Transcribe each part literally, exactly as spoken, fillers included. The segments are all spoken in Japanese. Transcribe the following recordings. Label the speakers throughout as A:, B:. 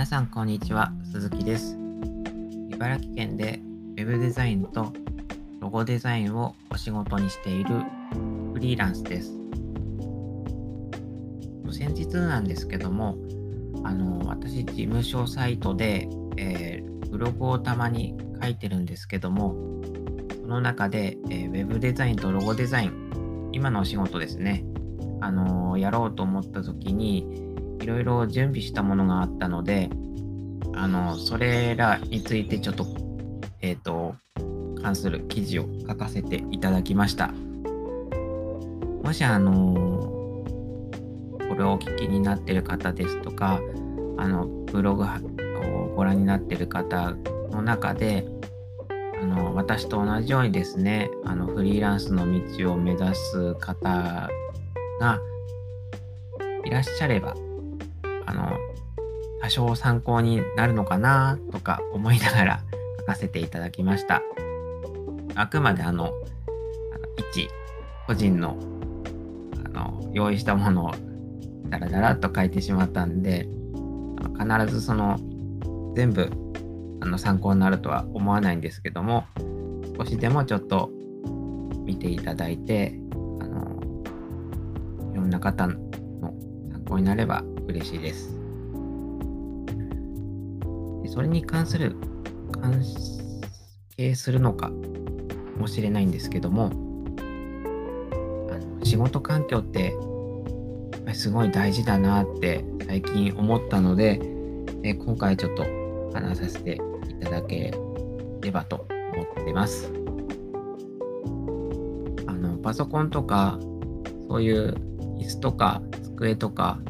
A: さんこんにちは、鈴木です。茨城県でウェブデザインとロゴデザインをお仕事にしているフリーランスです。先日なんですけども、あの私事務所サイトで、えー、ブログをたまに書いてるんですけども、その中で、えー、ウェブデザインとロゴデザイン、今のお仕事ですね、あのやろうと思った時にいろいろ準備したものがあったので、あのそれらについてちょっとえっ、ー、と関する記事を書かせていただきました。もしあのこれをお聞きになっている方ですとか、あのブログをご覧になっている方の中で、あの私と同じようにですね、あのフリーランスの道を目指す方がいらっしゃれば、あの多少参考になるのかなとか思いながら書かせていただきました。あくまであの、あの一個人の、あの用意したものをダラダラっと書いてしまったんで、あの必ずその全部あの参考になるとは思わないんですけども、少しでもちょっと見ていただいて、あのいろんな方の参考になれば嬉しいです。それに関する関係するのかもしれないんですけども、あの仕事環境ってやっぱりすごい大事だなって最近思ったので、え今回ちょっと話させていただければと思ってます。あのパソコンとかそういう椅子とか机とか、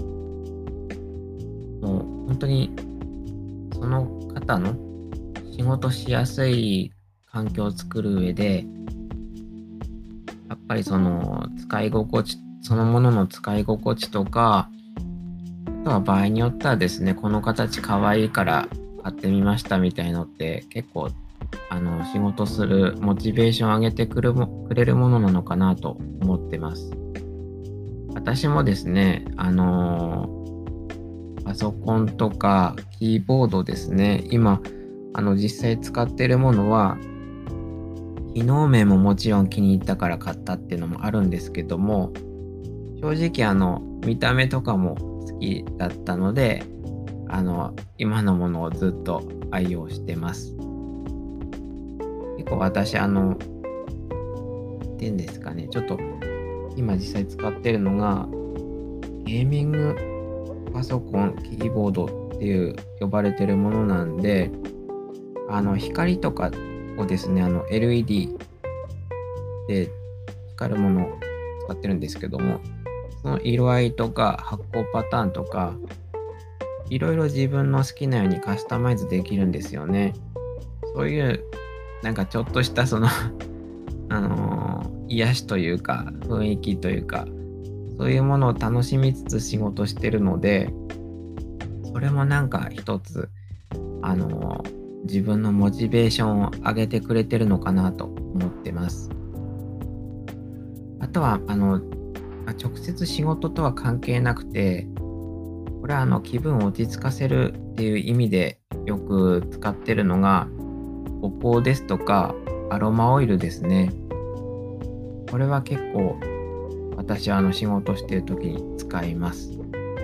A: もう本当にその方の仕事しやすい環境を作る上で、やっぱりその使い心地、そのものの使い心地とか、あとは場合によってはですね、この形かわいいから買ってみましたみたいのって結構あの仕事するモチベーションを上げてくるもくれるものなのかなと思ってます。私もですね、あのーパソコンとかキーボードですね、今あの実際使っているものは機能面ももちろん気に入ったから買ったっていうのもあるんですけども、正直あの見た目とかも好きだったので、あの今のものをずっと愛用してます。結構私あのっていうんですかね、ちょっと今実際使ってるのがゲーミングパソコン、キーボードっていう呼ばれてるものなんで、あの光とかをですね、あの エルイーディー で光るものを使ってるんですけども、その色合いとか発光パターンとか、いろいろ自分の好きなようにカスタマイズできるんですよね。そういうなんかちょっとしたそのあのー、癒しというか雰囲気というか、そういうものを楽しみつつ仕事してるので、それもなんか一つあの自分のモチベーションを上げてくれてるのかなと思ってます。あとはあの直接仕事とは関係なくて、これはあの気分を落ち着かせるっていう意味でよく使ってるのがお香ですとかアロマオイルですね。これは結構私はあの仕事している時に使います。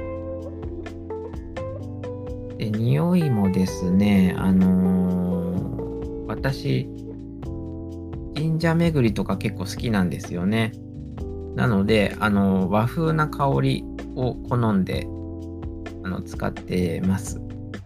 A: で、匂いもですね、あのー、私、神社巡りとか結構好きなんですよね。なので、あの和風な香りを好んであの使ってます。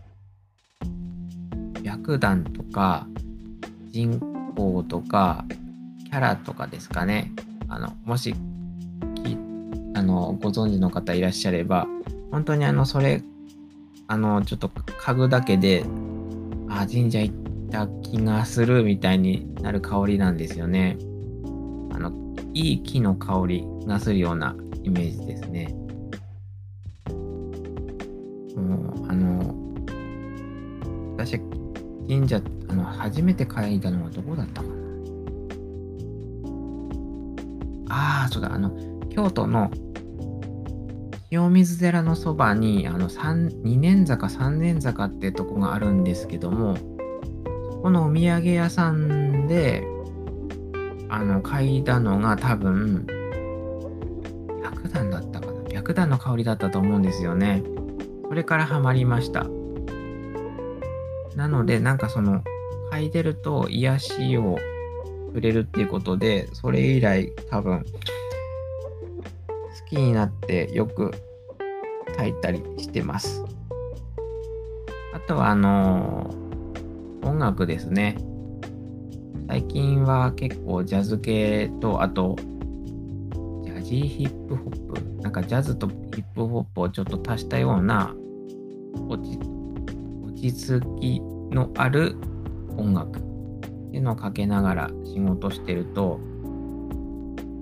A: 白檀とか人工とかキャラとかですかね。あのもしあのご存知の方いらっしゃれば、本当にあのそれあのちょっと嗅ぐだけで、あ、神社行った気がするみたいになる香りなんですよね。あのいい木の香りがするようなイメージですね。もうあの私神社あの初めて嗅いだのはどこだったかな。ああ、そうだ、あの京都の清水寺のそばにあのにねん坂三年坂ってとこがあるんですけども、そこのお土産屋さんであの嗅いだのが多分白檀だったかな、白檀の香りだったと思うんですよね。それからハマりました。なのでなんかその嗅いでると癒しをくれるっていうことで、それ以来多分好きになってよく嗅いだりしてます。あとはあのー、音楽ですね。最近は結構ジャズ系と、あとジャジーヒップホップ、なんかジャズとヒップホップをちょっと足したような落ち落ち着きのある音楽っていうのをかけながら仕事してると、うん、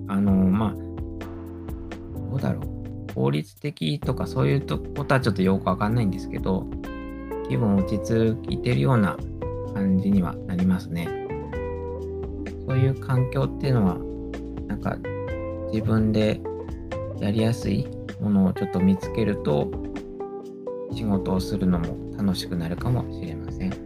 A: あのまあどうだろう、効率的とかそういうことはちょっとよくわかんないんですけど、気分落ち着いてるような感じにはなりますね。そういう環境っていうのはなんか自分でやりやすいものをちょっと見つけると仕事をするのも楽しくなるかもしれません。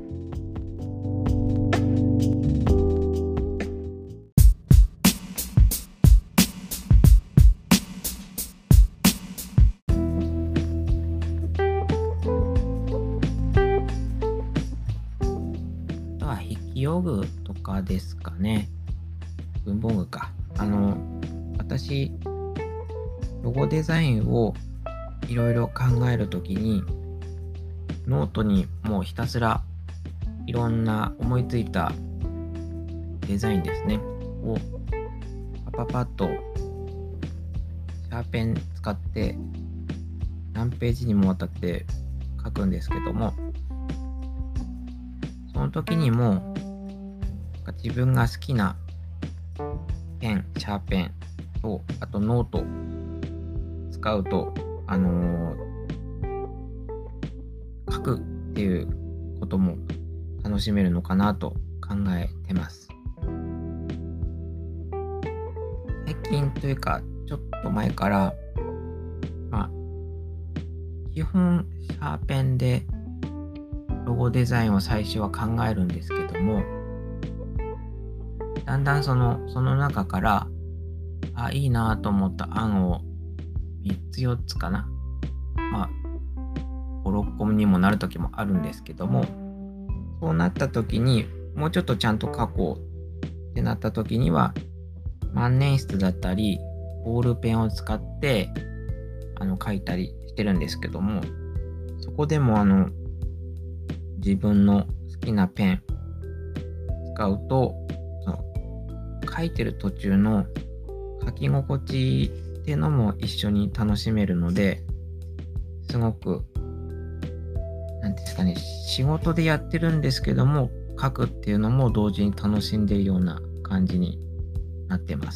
A: あとは筆記用具とかですかね。文房具か。あの、私、ロゴデザインをいろいろ考えるときに、ノートにもうひたすらいろんな思いついたデザインですねをパパパッとシャーペン使って何ページにもわたって書くんですけども、その時にも自分が好きなペン、シャーペンと、あとノート使うと、あのー、書くっていうことも楽しめるのかなと考えてます。最近というか、ちょっと前から、まあ、基本シャーペンでロゴデザインを最初は考えるんですけども、だんだんその、その中から、あ、いいなと思った案をみっつよっつかな。まあ、ご、ろっこにもなるときもあるんですけども、そうなったときに、もうちょっとちゃんと書こうってなったときには、万年筆だったり、ボールペンを使って、あの、書いたりしてるんですけども、そこでもあの、自分の好きなペン使うと、その書いてる途中の書き心地っていうのも一緒に楽しめるので、すごく、なんていうんですかね、仕事でやってるんですけども、書くっていうのも同時に楽しんでいるような感じになってます。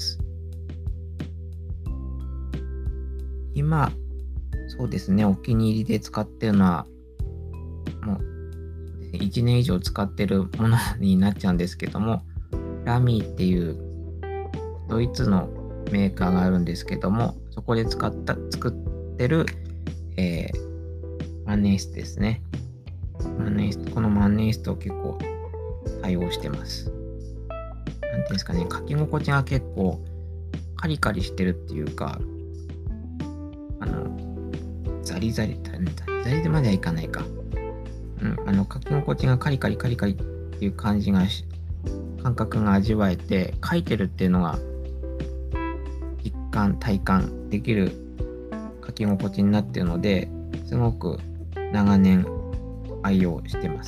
A: 今、そうですね、お気に入りで使ってるのは、もういちねん以上使ってるものになっちゃうんですけども、ラミーっていうドイツのメーカーがあるんですけども、そこで使った作ってる、えー、万年筆ですね。万年筆、この万年筆を結構対応してます。なんていうんですかね、書き心地が結構カリカリしてるっていうか、あの、ザリザリ、ザリザリまではいかないか。うん、あの、書き心地がカリカリカリカリっていう感じがし、感覚が味わえて、書いてるっていうのが実感、体感できる書き心地になっているので、すごく長年愛用してます。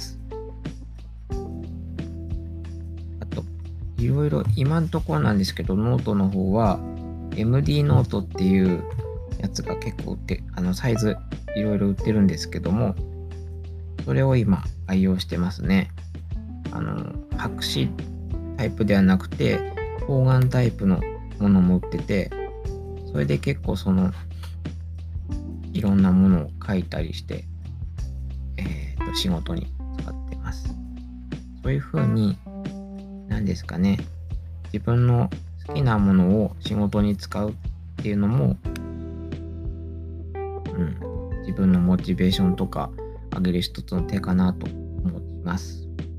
A: あと、いろいろ今のところなんですけど、ノートの方は エムディー ノートっていうやつが結構売って、あのサイズいろいろ売ってるんですけども、それを今愛用してますね。あの、白紙タイプではなくて、方眼タイプのものも売ってて、それで結構その、いろんなものを書いたりして、えーと、仕事に使ってます。そういうふうに、何ですかね、自分の好きなものを仕事に使うっていうのも、 うん、自分のモチベーションとか上げる一つの手かなと思います。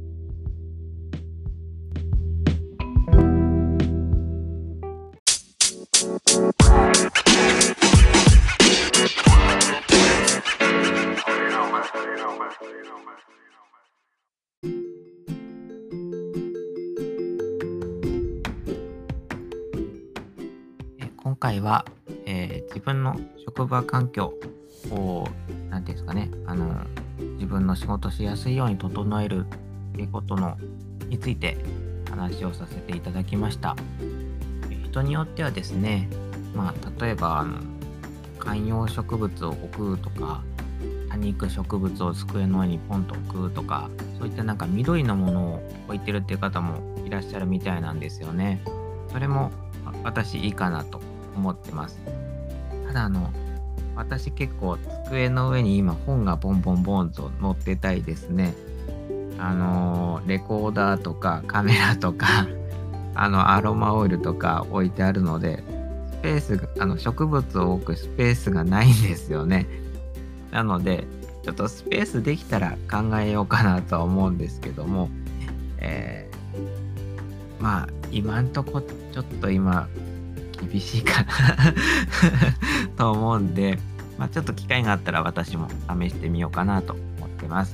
A: 今回は、えー自分の職場環境を、なんていうんですかね、あの、自分の仕事しやすいように整えるっていうことのについて話をさせていただきました。え人によってはですね、まあ、例えば、あの、観葉植物を置くとか、多肉植物を机の上にポンと置くとか、そういったなんか緑のものを置いてるっていう方もいらっしゃるみたいなんですよね。それもあ私いいかなと思ってます。ただあの、私結構机の上に今本がボンボンボンと載ってたりですね、あのーレコーダーとかカメラとかあのアロマオイルとか置いてあるので、スペースが、あの植物を置くスペースがないんですよね。なので、ちょっとスペースできたら考えようかなとは思うんですけども、えーまあ、今んとこちょっと今、厳しいかなと思うんで、まあ、ちょっと機会があったら私も試してみようかなと思ってます。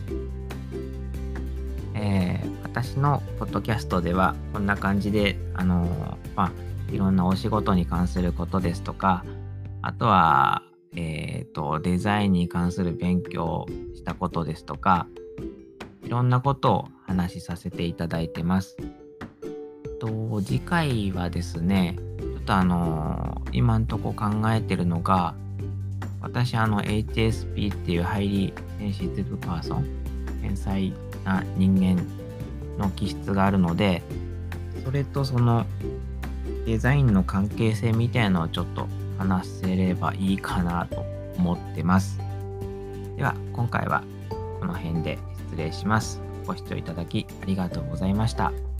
A: えー私のポッドキャストではこんな感じで、あのーまあ、いろんなお仕事に関することですとか、あとは、えーと、デザインに関する勉強をしたことですとか、いろんなことを話しさせていただいてます。と、次回はですね、ちょっとあのー今んとこ考えてるのが、私あの エイチエスピー っていうハイリーセンシティブパーソン、天才な人間の気質があるので、それとそのデザインの関係性みたいなのをちょっと話せればいいかなと思ってます。では今回はこの辺で失礼します。ご視聴いただきありがとうございました。